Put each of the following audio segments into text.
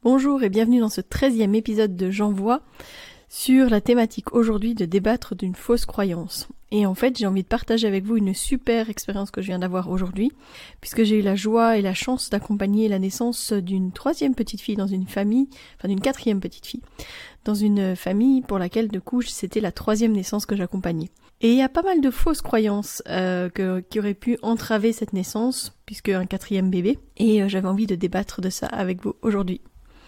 Bonjour et bienvenue dans ce 13e épisode de J'envoie sur la thématique aujourd'hui de débattre d'une fausse croyance. Et en fait, j'ai envie de partager avec vous une super expérience que je viens d'avoir aujourd'hui, puisque j'ai eu la joie et la chance d'accompagner la naissance d'une 3e petite fille dans une famille, enfin d'une 4e petite fille, dans une famille pour laquelle de coup c'était la 3e naissance que j'accompagnais. Et il y a pas mal de fausses croyances qui auraient pu entraver cette naissance, puisque un 4e bébé, et j'avais envie de débattre de ça avec vous aujourd'hui.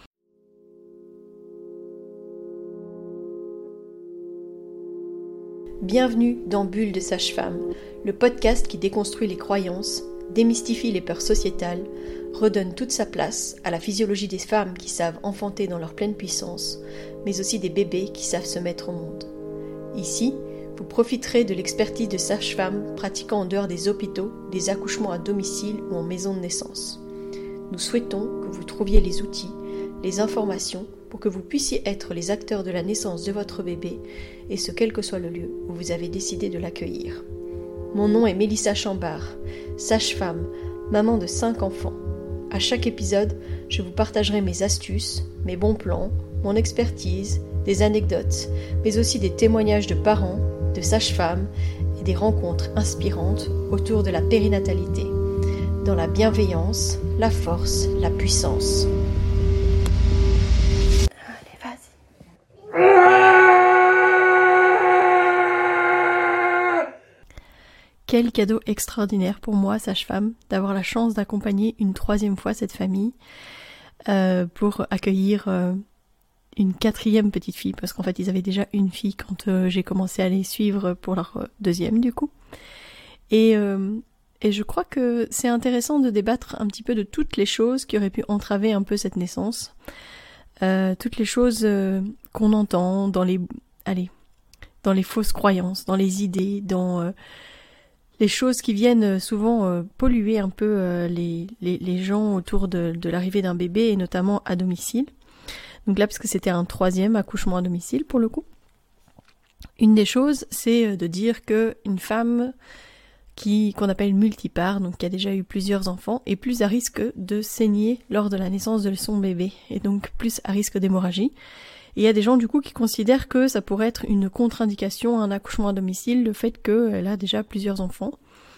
Bienvenue dans Bulle de Sage-Femme, le podcast qui déconstruit les croyances, démystifie les peurs sociétales, redonne toute sa place à la physiologie des femmes qui savent enfanter dans leur pleine puissance, mais aussi des bébés qui savent se mettre au monde. Ici, vous profiterez de l'expertise de sages-femmes pratiquant en dehors des hôpitaux, des accouchements à domicile ou en maison de naissance. Nous souhaitons que vous trouviez les outils, les informations pour que vous puissiez être les acteurs de la naissance de votre bébé, et ce quel que soit le lieu où vous avez décidé de l'accueillir. Mon nom est Mélissa Chambard, sage-femme, maman de 5 enfants. À chaque épisode, je vous partagerai mes astuces, mes bons plans, mon expertise, des anecdotes, mais aussi des témoignages de parents, de sages-femmes et des rencontres inspirantes autour de la périnatalité, dans la bienveillance, la force, la puissance. Quel cadeau extraordinaire pour moi, sage-femme, d'avoir la chance d'accompagner une 3e fois cette famille pour accueillir une 4e petite fille, parce qu'en fait ils avaient déjà une fille quand j'ai commencé à les suivre pour leur 2e du coup. Et je crois que c'est intéressant de débattre un petit peu de toutes les choses qui auraient pu entraver un peu cette naissance, toutes les choses qu'on entend dans les fausses croyances, dans les idées, dans les choses qui viennent souvent polluer un peu les gens autour de l'arrivée d'un bébé, et notamment à domicile. Donc là, parce que c'était un 3e accouchement à domicile pour le coup. Une des choses, c'est de dire qu'une femme qu'on appelle multipare, donc qui a déjà eu plusieurs enfants, est plus à risque de saigner lors de la naissance de son bébé, et donc plus à risque d'hémorragie. Et il y a des gens du coup qui considèrent que ça pourrait être une contre-indication à un accouchement à domicile, le fait qu'elle a déjà plusieurs enfants.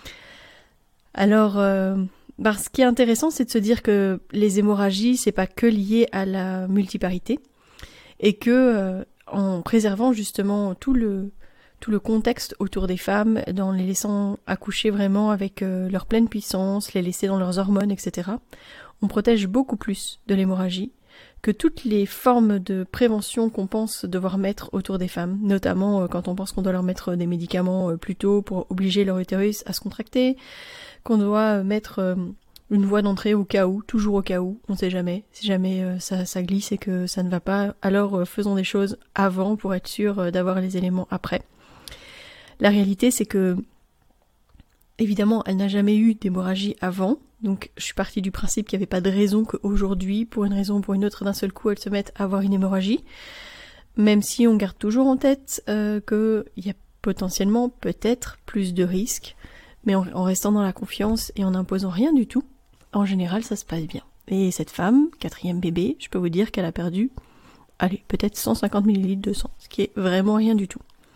Alors, ce qui est intéressant, c'est de se dire que les hémorragies, c'est pas que lié à la multiparité, et que en préservant justement tout le contexte autour des femmes, dans les laissant accoucher vraiment avec leur pleine puissance, les laisser dans leurs hormones, etc., on protège beaucoup plus de l'hémorragie que toutes les formes de prévention qu'on pense devoir mettre autour des femmes, notamment quand on pense qu'on doit leur mettre des médicaments plus tôt pour obliger leur utérus à se contracter, qu'on doit mettre une voie d'entrée au cas où, toujours au cas où, on sait jamais, si jamais ça glisse et que ça ne va pas, alors faisons des choses avant pour être sûr d'avoir les éléments après. La réalité, c'est que, évidemment, elle n'a jamais eu d'hémorragie avant, donc je suis partie du principe qu'il n'y avait pas de raison qu'aujourd'hui, pour une raison ou pour une autre, d'un seul coup, elle se mette à avoir une hémorragie, même si on garde toujours en tête qu'il y a potentiellement, peut-être, plus de risques, mais en restant dans la confiance et en n'imposant rien du tout, en général, ça se passe bien. Et cette femme, 4e bébé, je peux vous dire qu'elle a perdu, peut-être 150 ml de sang, ce qui est vraiment rien du tout.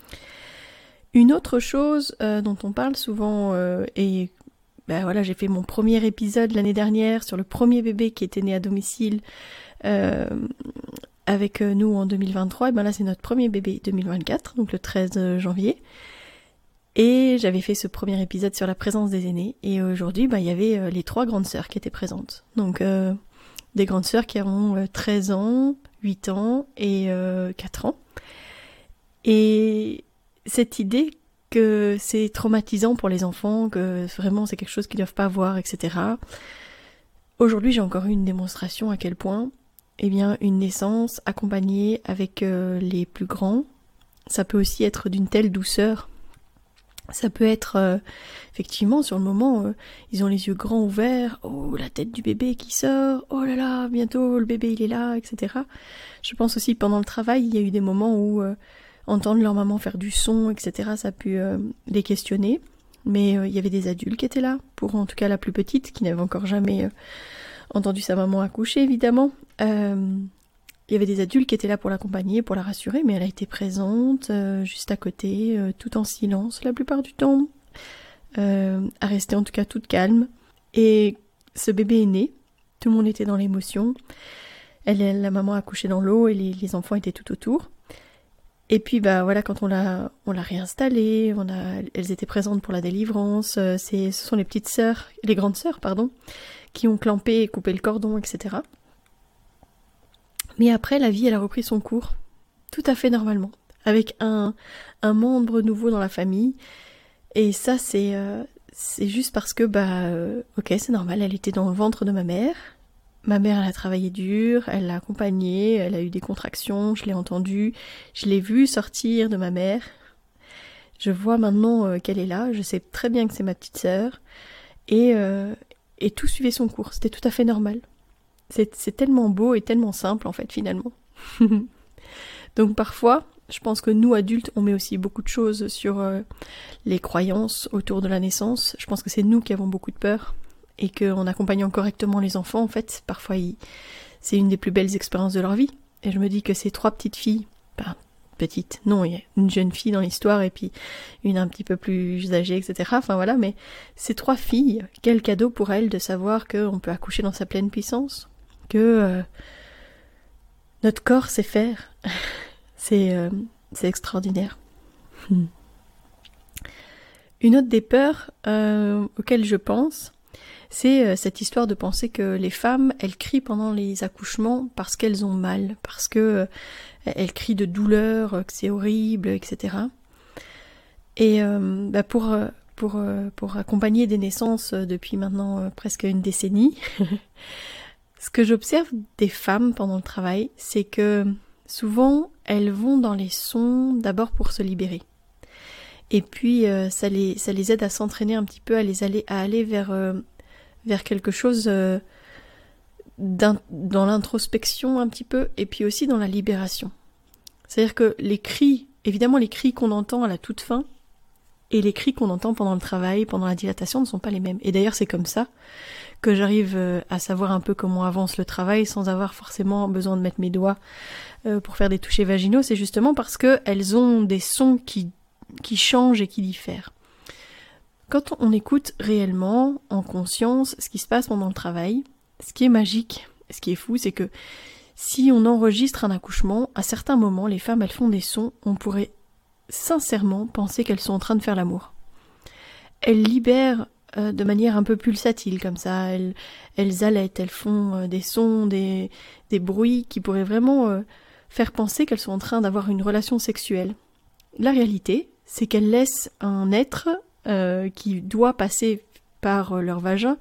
Une autre chose dont on parle souvent, j'ai fait mon premier épisode l'année dernière sur le premier bébé qui était né à domicile avec nous en 2023, et là c'est notre premier bébé 2024, donc le 13 janvier. Et j'avais fait ce premier épisode sur la présence des aînés, et aujourd'hui il y avait les 3 grandes sœurs qui étaient présentes. Donc des grandes sœurs qui ont 13 ans, 8 ans et 4 ans. Et cette idée que c'est traumatisant pour les enfants, que vraiment c'est quelque chose qu'ils ne doivent pas voir, etc. Aujourd'hui, j'ai encore eu une démonstration à quel point, une naissance accompagnée avec les plus grands, ça peut aussi être d'une telle douceur. Ça peut être, effectivement, sur le moment, ils ont les yeux grands ouverts, oh, la tête du bébé qui sort, oh là là, bientôt le bébé il est là, etc. Je pense aussi pendant le travail, il y a eu des moments où entendre leur maman faire du son, etc., ça a pu les questionner. Mais il y avait des adultes qui étaient là, pour en tout cas la plus petite, qui n'avait encore jamais entendu sa maman accoucher, évidemment. Il y avait des adultes qui étaient là pour l'accompagner, pour la rassurer, mais elle a été présente, juste à côté, tout en silence la plupart du temps, à rester en tout cas toute calme. Et ce bébé est né, tout le monde était dans l'émotion, la maman a couché dans l'eau et les enfants étaient tout autour. Et puis voilà, quand on l'a réinstallée, elles étaient présentes pour la délivrance, ce sont les grandes sœurs, qui ont clampé et coupé le cordon, etc. Mais après, la vie, elle a repris son cours, tout à fait normalement, avec un membre nouveau dans la famille. Et ça, c'est juste parce que, ok, c'est normal, elle était dans le ventre de ma mère. Ma mère, elle a travaillé dur, elle l'a accompagnée, elle a eu des contractions, je l'ai entendue, je l'ai vue sortir de ma mère. Je vois maintenant qu'elle est là, je sais très bien que c'est ma petite sœur. Et tout suivait son cours, c'était tout à fait normal. C'est tellement beau et tellement simple en fait finalement. Donc parfois, je pense que nous adultes, on met aussi beaucoup de choses sur les croyances autour de la naissance. Je pense que c'est nous qui avons beaucoup de peur et qu'en accompagnant correctement les enfants, en fait, parfois c'est une des plus belles expériences de leur vie. Et je me dis que ces 3 petites filles, petites, non, il y a une jeune fille dans l'histoire et puis une un petit peu plus âgée, etc. Enfin voilà, mais ces 3 filles, quel cadeau pour elles de savoir qu'on peut accoucher dans sa pleine puissance, que notre corps sait faire. C'est extraordinaire. Une autre des peurs auxquelles je pense, c'est cette histoire de penser que les femmes, elles crient pendant les accouchements parce qu'elles ont mal, parce que elles crient de douleur, que c'est horrible, etc. Et pour accompagner des naissances depuis maintenant presque une décennie, ce que j'observe des femmes pendant le travail, c'est que souvent, elles vont dans les sons d'abord pour se libérer. Et puis, ça les aide à s'entraîner un petit peu, à aller vers quelque chose dans l'introspection un petit peu, et puis aussi dans la libération. C'est-à-dire que les cris qu'on entend à la toute fin, et les cris qu'on entend pendant le travail, pendant la dilatation, ne sont pas les mêmes. Et d'ailleurs, c'est comme ça que j'arrive à savoir un peu comment avance le travail sans avoir forcément besoin de mettre mes doigts pour faire des touchés vaginaux. C'est justement parce qu'elles ont des sons qui changent et qui diffèrent. Quand on écoute réellement, en conscience, ce qui se passe pendant le travail, ce qui est magique, ce qui est fou, c'est que si on enregistre un accouchement, à certains moments, les femmes, elles font des sons, on pourrait sincèrement penser qu'elles sont en train de faire l'amour. Elles libèrent de manière un peu pulsatile, comme ça, elles allaitent, elles font des sons, des bruits qui pourraient vraiment faire penser qu'elles sont en train d'avoir une relation sexuelle. La réalité, c'est qu'elles laissent un être qui doit passer par leur vagin,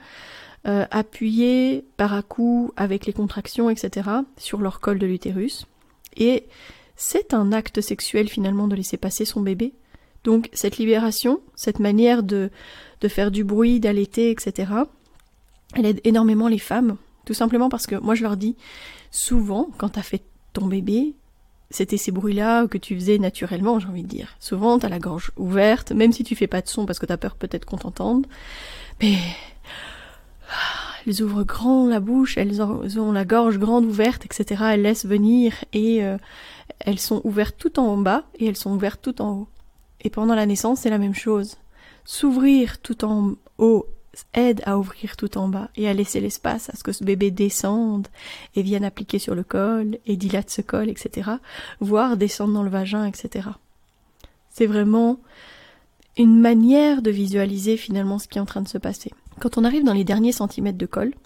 appuyer par à-coups avec les contractions, etc., sur leur col de l'utérus. Et c'est un acte sexuel finalement de laisser passer son bébé. Donc cette libération, cette manière de faire du bruit, d'allaiter, etc., elle aide énormément les femmes, tout simplement parce que moi je leur dis, souvent quand t'as fait ton bébé, c'était ces bruits-là que tu faisais naturellement, j'ai envie de dire. Souvent t'as la gorge ouverte, même si tu fais pas de son parce que t'as peur peut-être qu'on t'entende, mais elles ouvrent grand la bouche, elles ont la gorge grande ouverte, etc. Elles laissent venir et elles sont ouvertes tout en bas et elles sont ouvertes tout en haut. Et pendant la naissance, c'est la même chose. S'ouvrir tout en haut aide à ouvrir tout en bas et à laisser l'espace à ce que ce bébé descende et vienne appliquer sur le col et dilate ce col, etc. Voire descendre dans le vagin, etc. C'est vraiment une manière de visualiser finalement ce qui est en train de se passer. Quand on arrive dans les derniers centimètres de col,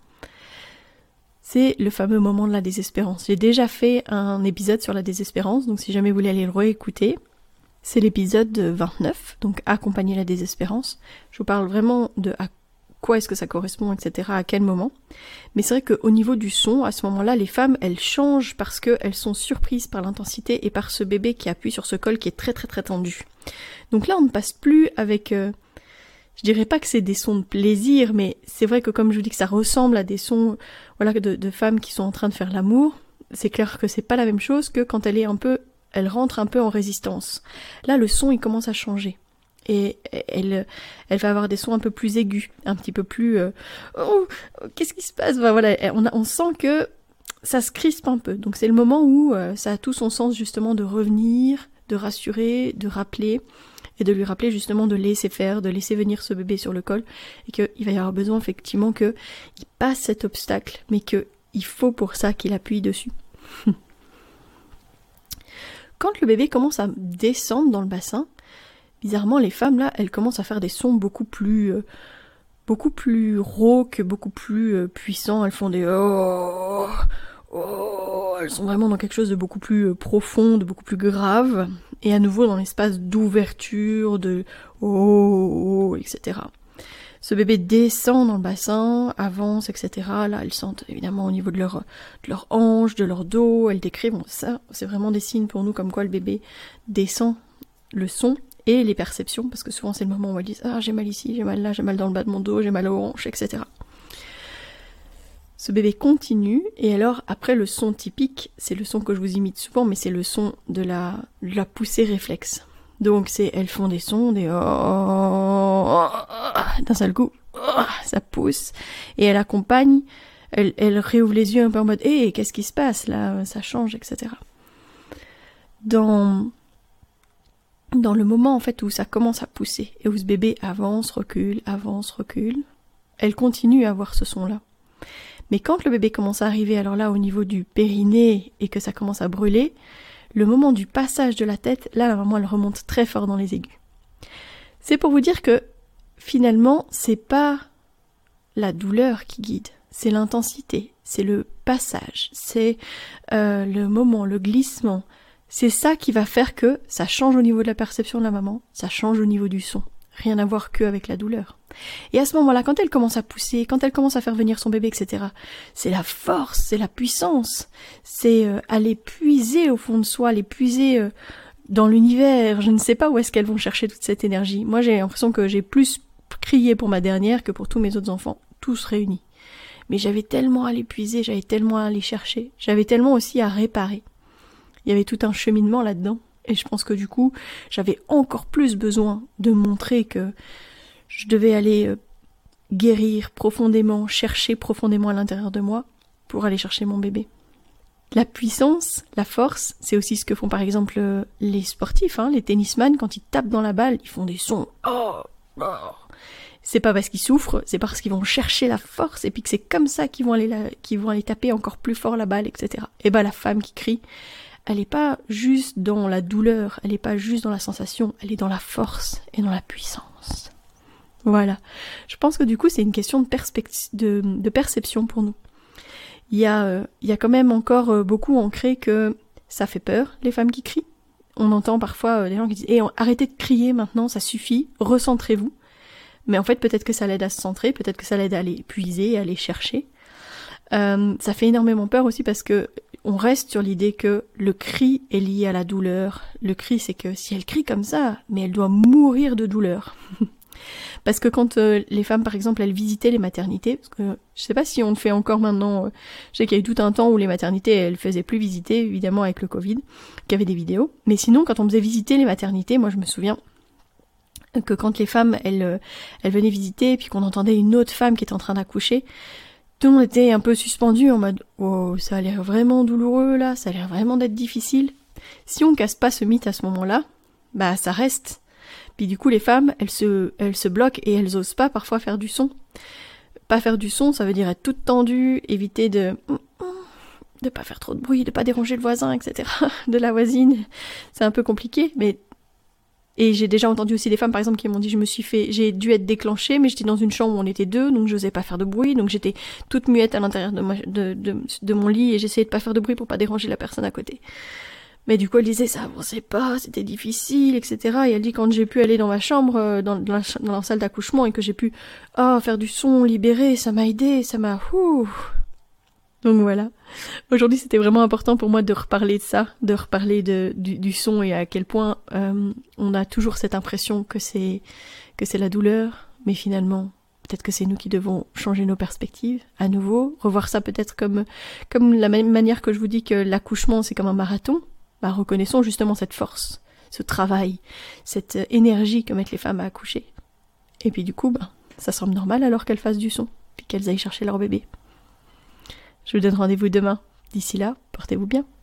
c'est le fameux moment de la désespérance. J'ai déjà fait un épisode sur la désespérance, donc si jamais vous voulez aller le réécouter, c'est l'épisode 29, donc accompagner la désespérance. Je vous parle vraiment de à quoi est-ce que ça correspond, etc., à quel moment. Mais c'est vrai qu'au niveau du son, à ce moment-là, les femmes, elles changent parce qu'elles sont surprises par l'intensité et par ce bébé qui appuie sur ce col qui est très très très tendu. Donc là, on ne passe plus avec... je dirais pas que c'est des sons de plaisir, mais c'est vrai que comme je vous dis que ça ressemble à des sons de femmes qui sont en train de faire l'amour, c'est clair que c'est pas la même chose que quand elle rentre un peu en résistance. Là, le son, il commence à changer. Et elle va avoir des sons un peu plus aigus, un petit peu plus... oh, qu'est-ce qui se passe ? On sent que ça se crispe un peu. Donc c'est le moment où ça a tout son sens justement de revenir, de rassurer, de rappeler, et de lui rappeler justement de laisser faire, de laisser venir ce bébé sur le col, et qu'il va y avoir besoin effectivement qu'il passe cet obstacle, mais qu'il faut pour ça qu'il appuie dessus. Quand le bébé commence à descendre dans le bassin, bizarrement les femmes là, elles commencent à faire des sons beaucoup plus rauques, beaucoup plus puissants. Elles font des oh, oh, elles sont vraiment dans quelque chose de beaucoup plus profond, de beaucoup plus grave, et à nouveau dans l'espace d'ouverture, de oh, etc. Ce bébé descend dans le bassin, avance, etc. Là, elles sentent évidemment au niveau de leur hanche, de leur dos, elles décrivent, bon, ça, c'est vraiment des signes pour nous comme quoi le bébé descend, le son et les perceptions, parce que souvent c'est le moment où elles disent « Ah, j'ai mal ici, j'ai mal là, j'ai mal dans le bas de mon dos, j'ai mal aux hanches, etc. » Ce bébé continue, et alors après le son typique, c'est le son que je vous imite souvent, mais c'est le son de la poussée réflexe. Donc elles font des sons, des oh, d'un seul coup, ça pousse, et elle accompagne, elle réouvre les yeux un peu en mode hé, qu'est-ce qui se passe là, ça change, etc. Dans le moment en fait où ça commence à pousser, et où ce bébé avance, recule, elle continue à avoir ce son-là. Mais quand le bébé commence à arriver, alors là, au niveau du périnée, et que ça commence à brûler, le moment du passage de la tête, là, la maman, elle remonte très fort dans les aigus. C'est pour vous dire que, finalement, c'est pas la douleur qui guide, c'est l'intensité, c'est le passage, c'est le moment, le glissement. C'est ça qui va faire que ça change au niveau de la perception de la maman, ça change au niveau du son. Rien à voir qu'avec la douleur. Et à ce moment-là, quand elle commence à pousser, quand elle commence à faire venir son bébé, etc., c'est la force, c'est la puissance, c'est aller puiser au fond de soi, aller puiser dans l'univers. Je ne sais pas où est-ce qu'elles vont chercher toute cette énergie. Moi, j'ai l'impression que j'ai plus crié pour ma dernière que pour tous mes autres enfants, tous réunis. Mais j'avais tellement à les puiser, j'avais tellement à aller chercher, j'avais tellement aussi à réparer. Il y avait tout un cheminement là-dedans. Et je pense que du coup, j'avais encore plus besoin de montrer que je devais aller guérir profondément, chercher profondément à l'intérieur de moi pour aller chercher mon bébé. La puissance, la force, c'est aussi ce que font par exemple les sportifs, les tennisman, quand ils tapent dans la balle, ils font des sons. Oh, oh. C'est pas parce qu'ils souffrent, c'est parce qu'ils vont chercher la force et puis que c'est comme ça qu'ils vont aller taper encore plus fort la balle, etc. Et la femme qui crie, elle n'est pas juste dans la douleur, elle n'est pas juste dans la sensation, elle est dans la force et dans la puissance. Voilà. Je pense que du coup, c'est une question de perception pour nous. Il y a quand même encore beaucoup ancré que ça fait peur, les femmes qui crient. On entend parfois des gens qui disent « arrêtez de crier maintenant, ça suffit, recentrez-vous ». Mais en fait, peut-être que ça l'aide à se centrer, peut-être que ça l'aide à aller puiser, à aller chercher. Ça fait énormément peur aussi parce que on reste sur l'idée que le cri est lié à la douleur. Le cri, c'est que si elle crie comme ça, mais elle doit mourir de douleur. Parce que quand les femmes, par exemple, elles visitaient les maternités, parce que je sais pas si on le fait encore maintenant, je sais qu'il y a eu tout un temps où les maternités, elles faisaient plus visiter, évidemment avec le Covid, qu'il y avait des vidéos. Mais sinon, quand on faisait visiter les maternités, moi je me souviens que quand les femmes, elles venaient visiter, et puis qu'on entendait une autre femme qui était en train d'accoucher, tout le monde était un peu suspendu en mode « Wow, ça a l'air vraiment douloureux là, ça a l'air vraiment d'être difficile. » Si on casse pas ce mythe à ce moment-là, ça reste. Puis du coup, les femmes, elles se bloquent et elles osent pas parfois faire du son. Pas faire du son, ça veut dire être toute tendue, éviter de pas faire trop de bruit, de pas déranger le voisin, etc. de la voisine. C'est un peu compliqué, mais... Et j'ai déjà entendu aussi des femmes, par exemple, qui m'ont dit j'ai dû être déclenchée, mais j'étais dans une chambre où on était deux, donc j'osais pas faire de bruit, donc j'étais toute muette à l'intérieur de mon lit et j'essayais de pas faire de bruit pour pas déranger la personne à côté. Mais du coup, elle disait ça avançait pas, c'était difficile, etc. Et elle dit quand j'ai pu aller dans ma chambre, dans la salle d'accouchement et que j'ai pu faire du son, libérer, ça m'a aidé, ça m'a... Donc voilà. Aujourd'hui, c'était vraiment important pour moi de reparler de ça, de reparler du son et à quel point on a toujours cette impression que c'est la douleur, mais finalement, peut-être que c'est nous qui devons changer nos perspectives à nouveau, revoir ça peut-être comme la même manière que je vous dis que l'accouchement c'est comme un marathon. Reconnaissons justement cette force, ce travail, cette énergie que mettent les femmes à accoucher. Et puis du coup, ça semble normal alors qu'elles fassent du son, puis qu'elles aillent chercher leur bébé. Je vous donne rendez-vous demain D'ici là, portez-vous bien.